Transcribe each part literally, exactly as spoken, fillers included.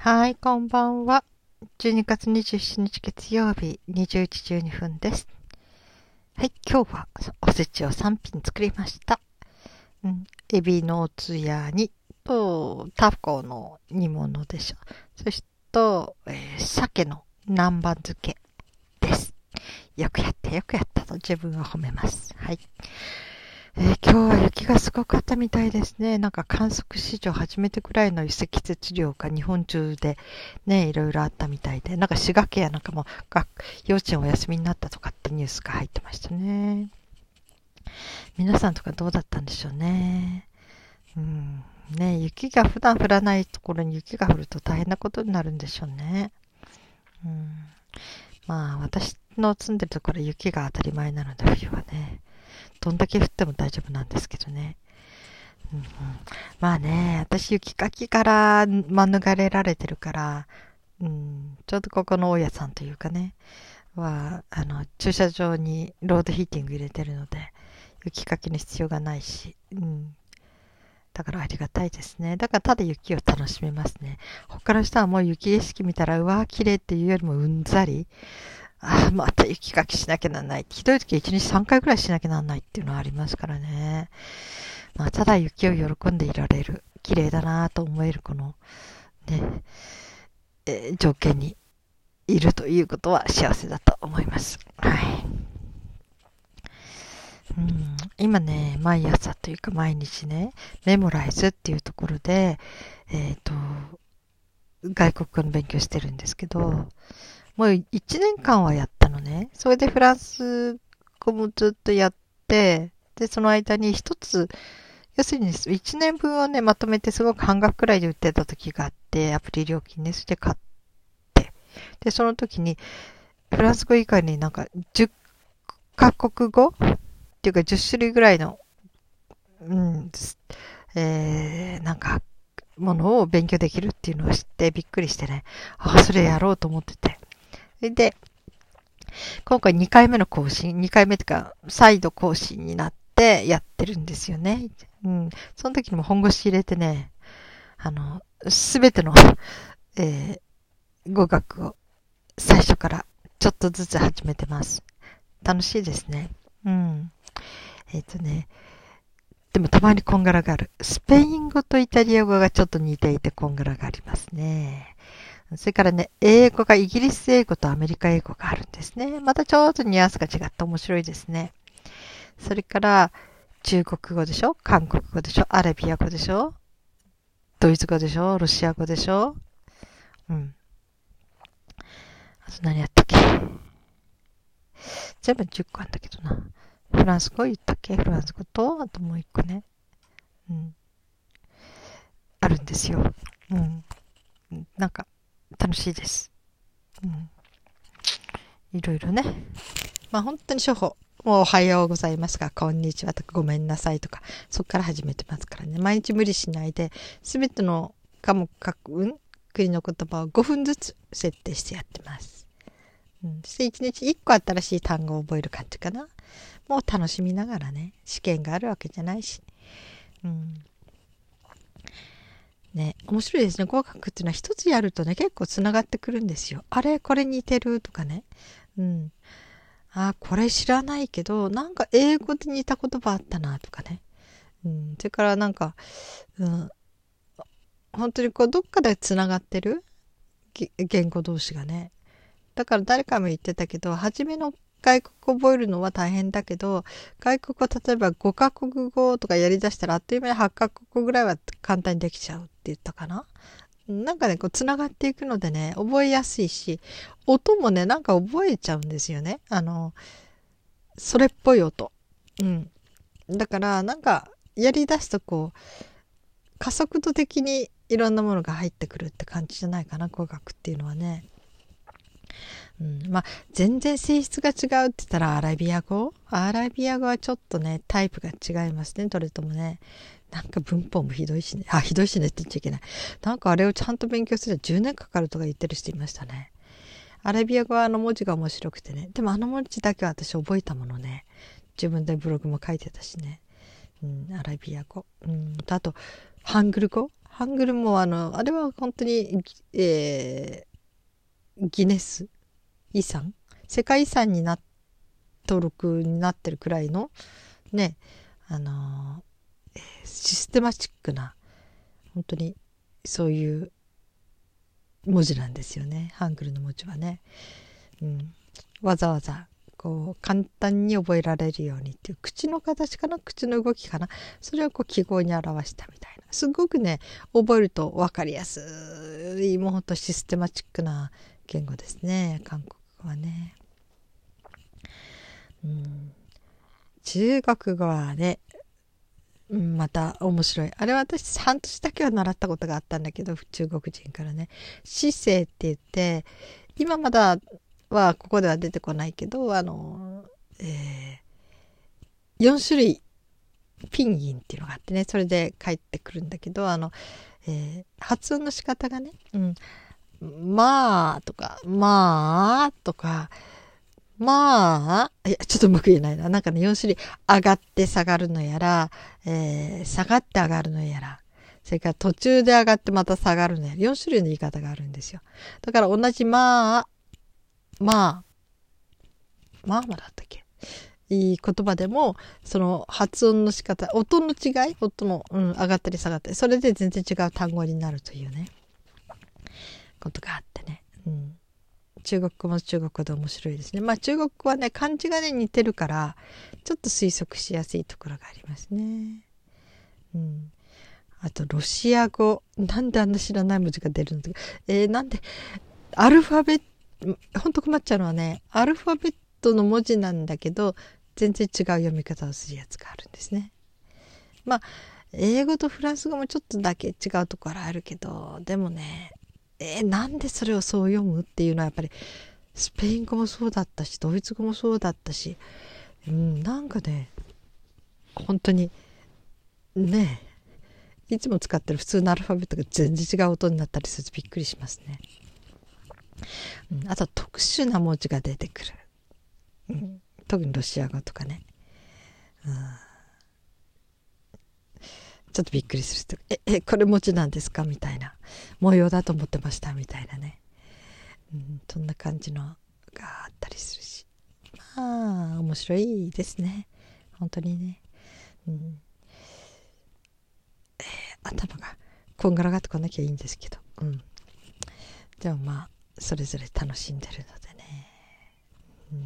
はい、こんばんは。じゅうにがつにじゅうしちにち月曜日にじゅういちじじゅうにふんです。はい、今日はおせちをさんぴん作りました。うん、エビのおつやに、と、タコの煮物でしょ。そしてと、えー、鮭の南蛮漬けです。よくやったよくやったと自分を褒めます。はい。えー今日は雪がすごかったみたいですね。なんか観測史上初めてくらいの積雪量が日本中でね、いろいろあったみたいで、なんか滋賀県やなんかも学幼稚園お休みになったとかってニュースが入ってましたね。皆さんとかどうだったんでしょうね。うん。ね、雪が普段降らないところに雪が降ると大変なことになるんでしょうね。うん。まあ私の住んでるところは雪が当たり前なので冬はね、どんだけ降っても大丈夫なんですけどね。うんうん、まあね、私雪かきから免れられてるから、うん、ちょうどここの大家さんというかね、は、あの、駐車場にロードヒーティング入れてるので、雪かきの必要がないし、うん、だからありがたいですね。だからただ雪を楽しめますね。他の人はもう雪景色見たら、うわー綺麗っていうよりもうんざり、ああ、また雪かきしなきゃならない。ひどい時はいちにちさんかいぐらいしなきゃならないっていうのはありますからね。まあ、ただ雪を喜んでいられる、綺麗だなぁと思えるこの、ね、えー条件にいるということは幸せだと思います。はい。うん、今ね、毎朝というか毎日ね、メモライズっていうところで、えっと、外国語の勉強してるんですけど、もういちねんかんはやったのね。それでフランス語もずっとやって、で、その間に一つ、要するにいちねんぶんをね、まとめてすごく半額くらいで売ってた時があって、アプリ料金ね、それで買って、で、その時に、フランス語以外になんかじゅっカ国語っていうかじゅっしゅるいぐらいの、うん、えー、なんか、ものを勉強できるっていうのを知ってびっくりしてね、ああ、それやろうと思ってて。で、今回にかいめの更新、にかいめっていうか、再度更新になってやってるんですよね。うん。その時にも本腰入れてね、あの、すべての、えー、語学を最初からちょっとずつ始めてます。楽しいですね。うん。えっ、とね、でもたまにこんがらがある。スペイン語とイタリア語がちょっと似ていてこんがらがありますね。それからね、英語がイギリス英語とアメリカ英語があるんですね。またちょっとニュアンスが違って面白いですね。それから、中国語でしょ、韓国語でしょ、アラビア語でしょ、ドイツ語でしょ、ロシア語でしょ。うん。あと何やったっけ、全部じゅっこあんだけどな。フランス語言ったっけ、フランス語と、あともういっこね。うん。あるんですよ。うん。なんか、楽しいです。うん。いろいろね。まあ本当に初歩。もうおはようございますが、こんにちはとかごめんなさいとか、そこから始めてますからね。毎日無理しないで、すべての科目、うん、国の言葉をごふんずつ設定してやってます。うん、そしていちにちいっこ新しい単語を覚える感じかな。もう楽しみながらね、試験があるわけじゃないし。うん、ね、面白いですね。語学っていうのは一つやるとね、結構つながってくるんですよ。あれ、これ似てるとかね。うん。あ、これ知らないけど、なんか英語で似た言葉あったなとかね。うん。それからなんか、うん、本当にこう、どっかでつながってる言語同士がね。だから誰かも言ってたけど、初めの外国語覚えるのは大変だけど、外国語例えばごカ国語とかやりだしたらあっという間にはちカ国語ぐらいは簡単にできちゃうって言ったかな。なんかね、こう、つながっていくのでね、覚えやすいし、音もね、なんか覚えちゃうんですよね。あの、それっぽい音。うん。だから、なんか、やりだすとこう、加速度的にいろんなものが入ってくるって感じじゃないかな、語学っていうのはね。うん、まあ、全然性質が違うって言ったらアラビア語アラビア語はちょっとね、タイプが違いますね、どれともね。なんか文法もひどいしね。あ、ひどいしねって言っちゃいけない。なんかあれをちゃんと勉強すればじゅうねんかかるとか言ってる人いましたね。アラビア語はあの文字が面白くてね。でもあの文字だけは私覚えたものね。自分でブログも書いてたしね。うん、アラビア語。うん、あと、ハングル語ハングルもあの、あれは本当に、えーギネス遺産、世界遺産にな、登録になってるくらいのね、あのーシステマチックな、本当にそういう文字なんですよね、ハングルの文字はね。うん、わざわざこう簡単に覚えられるようにっていう、口の形かな、口の動きかな、それをこう記号に表したみたいな、すごくね覚えると分かりやすい、もうほんとシステマチックな言語ですね、韓国語はね。うん、中国語はね、うん、また面白い。あれは私半年だけは習ったことがあったんだけど、中国人からね、姿勢って言って、今まだはここでは出てこないけど、あの、えー、よん種類ピンギンっていうのがあってね、それで帰ってくるんだけど、あの、えー発音の仕方がね、うん、まあとか、まあとか、まあ、いや、ちょっとうまく言えないな。なんかね、よん種類、上がって下がるのやら、えー下がって上がるのやら、それから途中で上がってまた下がるのやら、よん種類の言い方があるんですよ。だから同じまあ、まあ、まあまだったっけ、いい言葉でも、その発音の仕方、音の違い、音の、うん、上がったり下がったり、それで全然違う単語になるというね、ことがあってね。うん、中国語も中国語で面白いですね。まあ中国語はね、漢字がね似てるから、ちょっと推測しやすいところがありますね。うん。あとロシア語、なんであんな知らない文字が出るのとか、えー、なんでアルファベット、ほんと困っちゃうのはね、アルファベットの文字なんだけど、全然違う読み方をするやつがあるんですね。まあ英語とフランス語もちょっとだけ違うところあるけど、でもね、えー、なんでそれをそう読むっていうのはやっぱりスペイン語もそうだったし、ドイツ語もそうだったし、うん、なんかね、本当にね、いつも使ってる普通のアルファベットが全然違う音になったりするとびっくりしますね。うん、あと特殊な文字が出てくる。うん、特にロシア語とかね。うん、ちょっとびっくりすると、え、え、これ文字なんですかみたいな。模様だと思ってましたみたいなね。うん、そんな感じのがあったりするし。まあ、面白いですね。本当にね。うん、頭がこんがらがってこなきゃいいんですけど。うん。でもまあ、それぞれ楽しんでるのでね。うん、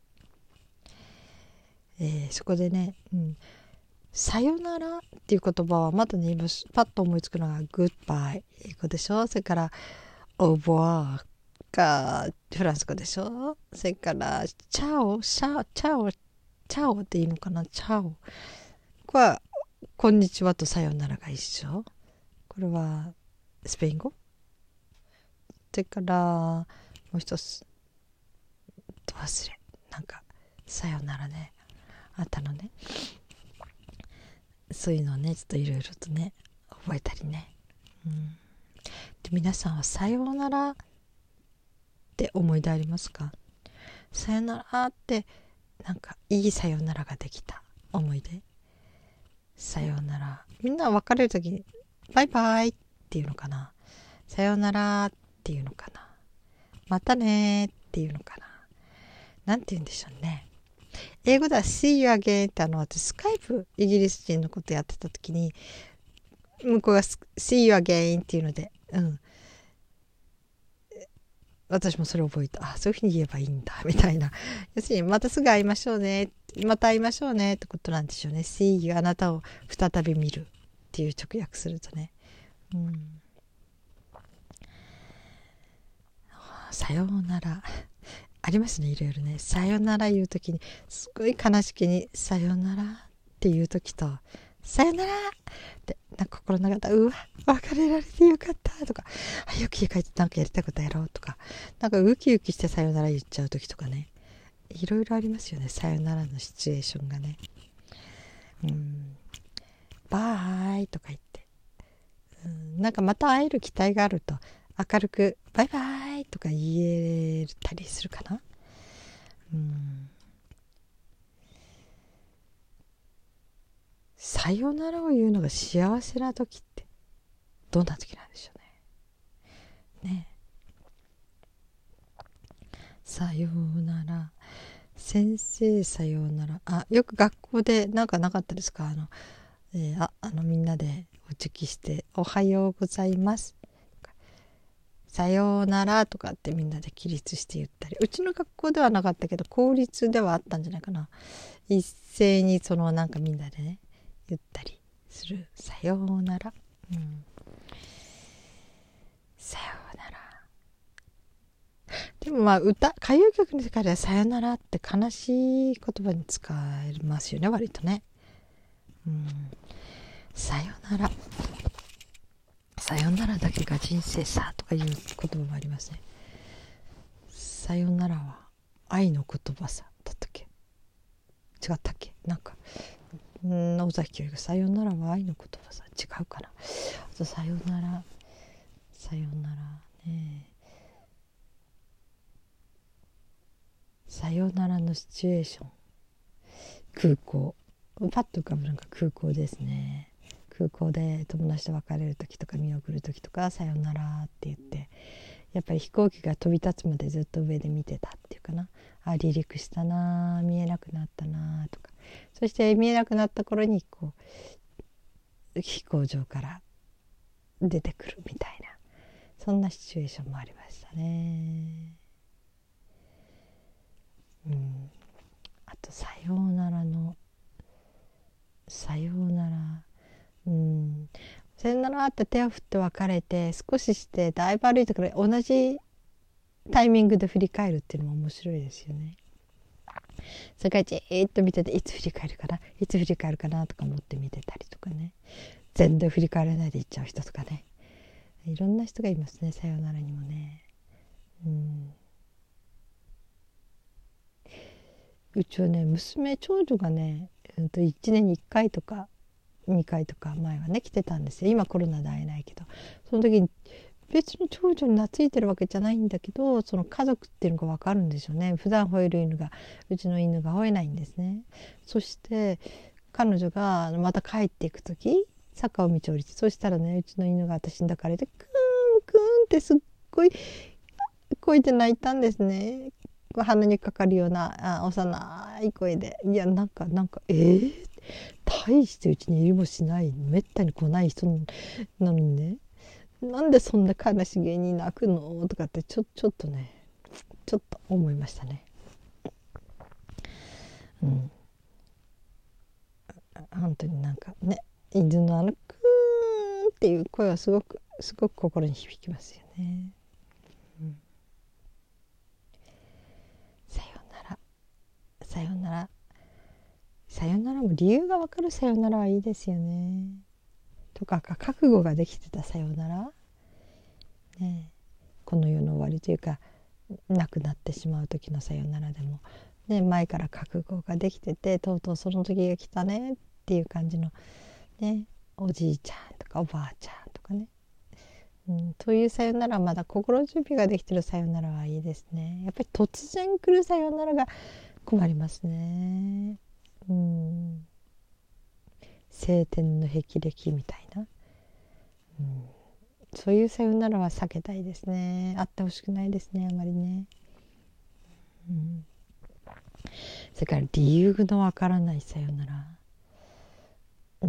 えー、そこでね、うん、さよならっていう言葉はまだね、今パッと思いつくのがグッバイ英語でしょ。それからオーボーがフランス語でしょ。それからチャオ、シャチャオ、チャオっていいのかな、チャオはこんにちはとさよならが一緒。これはスペイン語。それからもう一つと忘れ、なんかさよならね、あったのね。そういうのをね、ちょっといろいろとね覚えたりね。うん、で皆さんはさようならって思い出ありますか？さよならって、なんかいいさよならができた思い出。さようなら、みんな別れる時にバイバイっていうのかな、さようならっていうのかな、またねっていうのかな、なんて言うんでしょうね。英語では See you again ってあの、私スカイプイギリス人のことやってた時に、向こうが See you again っていうので、うん、私もそれ覚えた。あ、そういうふうに言えばいいんだみたいな。要するにまたすぐ会いましょうね、また会いましょうねってことなんでしょうね。See you、 あなたを再び見るっていう直訳するとね、うん、さようならありますね、いろいろね。さよなら言うときにすごい悲しきにさよならっていうときと、さよならってなんか心の中で、うわ別れられてよかったとか、あ、よく家帰ってなんかやりたいことやろうとか、なんかウキウキしてさよなら言っちゃうときとかね、いろいろありますよね、さよならのシチュエーションがね。うん、バイとか言って、うん、なんかまた会える期待があると明るくバイバイとか言えたりするかな。うん、さよならを言うのが幸せな時ってどんな時なんでしょうね。ね。さようなら。先生さようなら。あ、よく学校でなんかなかったですか？あの、えー、あ、あのみんなでお辞儀しておはようございますさようならとかってみんなで起立して言ったり、うちの学校ではなかったけど公立ではあったんじゃないかな。一斉にそのなんかみんなでね言ったりする。さようなら、うん、さようなら。でもまあ歌歌謡曲の世界ではさよならって悲しい言葉に使えますよね、割とね。うん、さよなら、さよならだけが人生さとかいう言葉もありますね。さよならは愛の言葉さだったっけ、違ったっけ、なんかん尾崎清がさよならは愛の言葉さ、違うかな。あとさよなら、さよならね、さよならのシチュエーション、空港、パッと浮かぶのが空港ですね。空港で友達と別れる時とか見送る時とかさよならって言って、やっぱり飛行機が飛び立つまでずっと上で見てたっていうかな。あ、離陸したな、見えなくなったなとか、そして見えなくなった頃にこう飛行場から出てくるみたいな、そんなシチュエーションもありましたね。うん、あとさようならのさようなら、うん、さよならって手を振って別れて少ししてだいぶ歩いてから同じタイミングで振り返るっていうのも面白いですよね。それからじーっと見てて、いつ振り返るかないつ振り返るかなとか思って見てたりとかね、全然振り返らないで行っちゃう人とかね、いろんな人がいますね、さよならにもね。うん、うちはね、娘長女がね、うん、といちねんにいっかいとかにかいとか前はね来てたんですよ。今コロナで会えないけど、その時に別に長女に懐いてるわけじゃないんだけど、その家族っていうのが分かるんでしょうね。普段吠える犬が、うちの犬が吠えないんですね。そして彼女がまた帰っていく時、坂を道を降りて、そしたらね、うちの犬が私に抱かれてクーンクーンってすっごい声で泣いたんですね。鼻にかかるようなあ幼い声で、いやなんかなんかえー、大してうちにいるもしない、めったに来ない人なのにね、なんでそんな悲しげに泣くのとかってちょちょっとね、ちょっと思いましたね。うん、本当になんかね、犬のあのクーンっていう声はすごくすごく心に響きますよね。うん、さよなら、さよなら、さよならも理由がわかるさよならはいいですよね。とか覚悟ができてたさよなら、ね、この世の終わりというか亡くなってしまう時のさよならでも、ね、前から覚悟ができてて、とうとうその時が来たねっていう感じの、ね、おじいちゃんとかおばあちゃんとかね、うん、というさよなら、まだ心準備ができてるさよならはいいですね。やっぱり突然来るさよならが困りますね。うん、晴天の霹靂みたいな、うん、そういうさよならは避けたいですね。あってほしくないですね、あまりね。うん、それから理由のわからないさよなら、うん、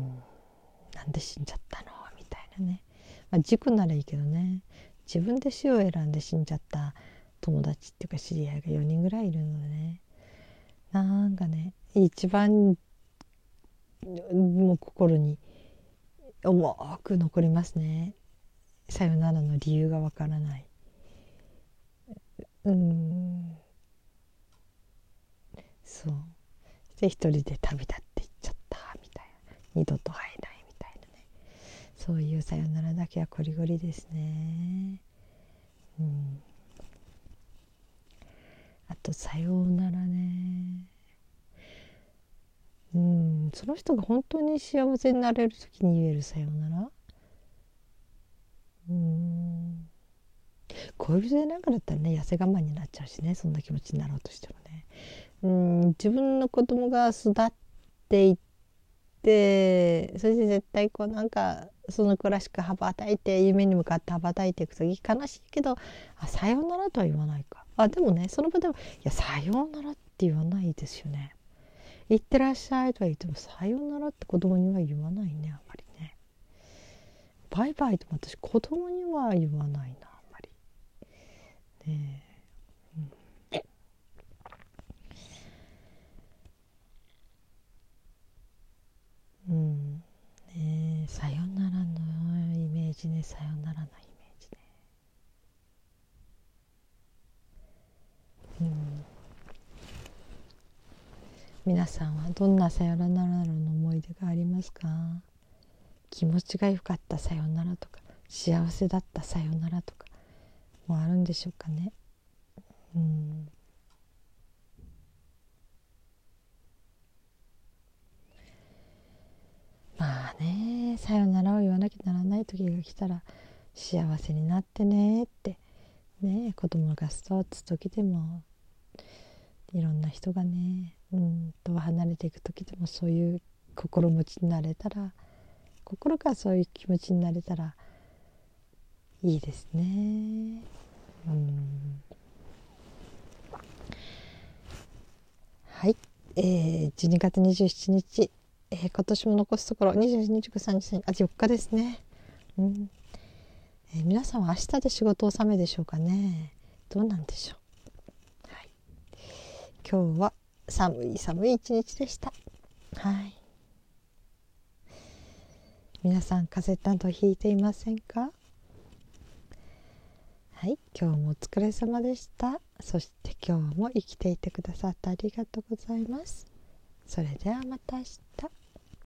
なんで死んじゃったのみたいなね、まあ、事故ならいいけどね、自分で死を選んで死んじゃった友達っていうか知り合いがよにんぐらいいるのでね、なんかね、一番もう心に重く残りますね。さよならの理由がわからない。うん、そう。で一人で旅立っていっちゃったみたいな、二度と会えないみたいなね、そういうさよならだけはこりごりですね。うん、あとさようならね、うん、その人が本当に幸せになれる時に言えるさようなら、うん、恋人でなんかだったらね、痩せ我慢になっちゃうしね、そんな気持ちになろうとしてもね、うん、自分の子供が育っていっでそれで絶対こうなんかその子らしく羽ばたいて夢に向かって羽ばたいていくと悲しいけど、あさようならとは言わないか。あでもねその場ではいやさようならって言わないですよね。いってらっしゃいとは言ってもさようならって子供には言わないね、あんまりね。バイバイとも私子供には言わないな、あんまりねえ、うん、うんねえ、さよならのイメージね、さよならのイメージね。うん、皆さんはどんなさよならの思い出がありますか？気持ちが良かったさよならとか、幸せだったさよならとかもあるんでしょうかね。うん、まあね、さよならを言わなきゃならない時が来たら、幸せになってねってね、子供が育つ時でも、いろんな人がね、うんと離れていく時でもそういう心持ちになれたら、心からそういう気持ちになれたらいいですね。うん、はい、えー、じゅうにがつにじゅうしちにち、えー、今年も残すところにじゅうに、にじゅうく、さんじゅう、あとよっかですね。うん、えー、皆さんは明日で仕事納めでしょうかね。どうなんでしょう。はい、今日は寒い寒い一日でした。はい、皆さん風邪などひいていませんか？はい、今日もお疲れ様でした。そして今日も生きていてくださってありがとうございます。それではまた明日。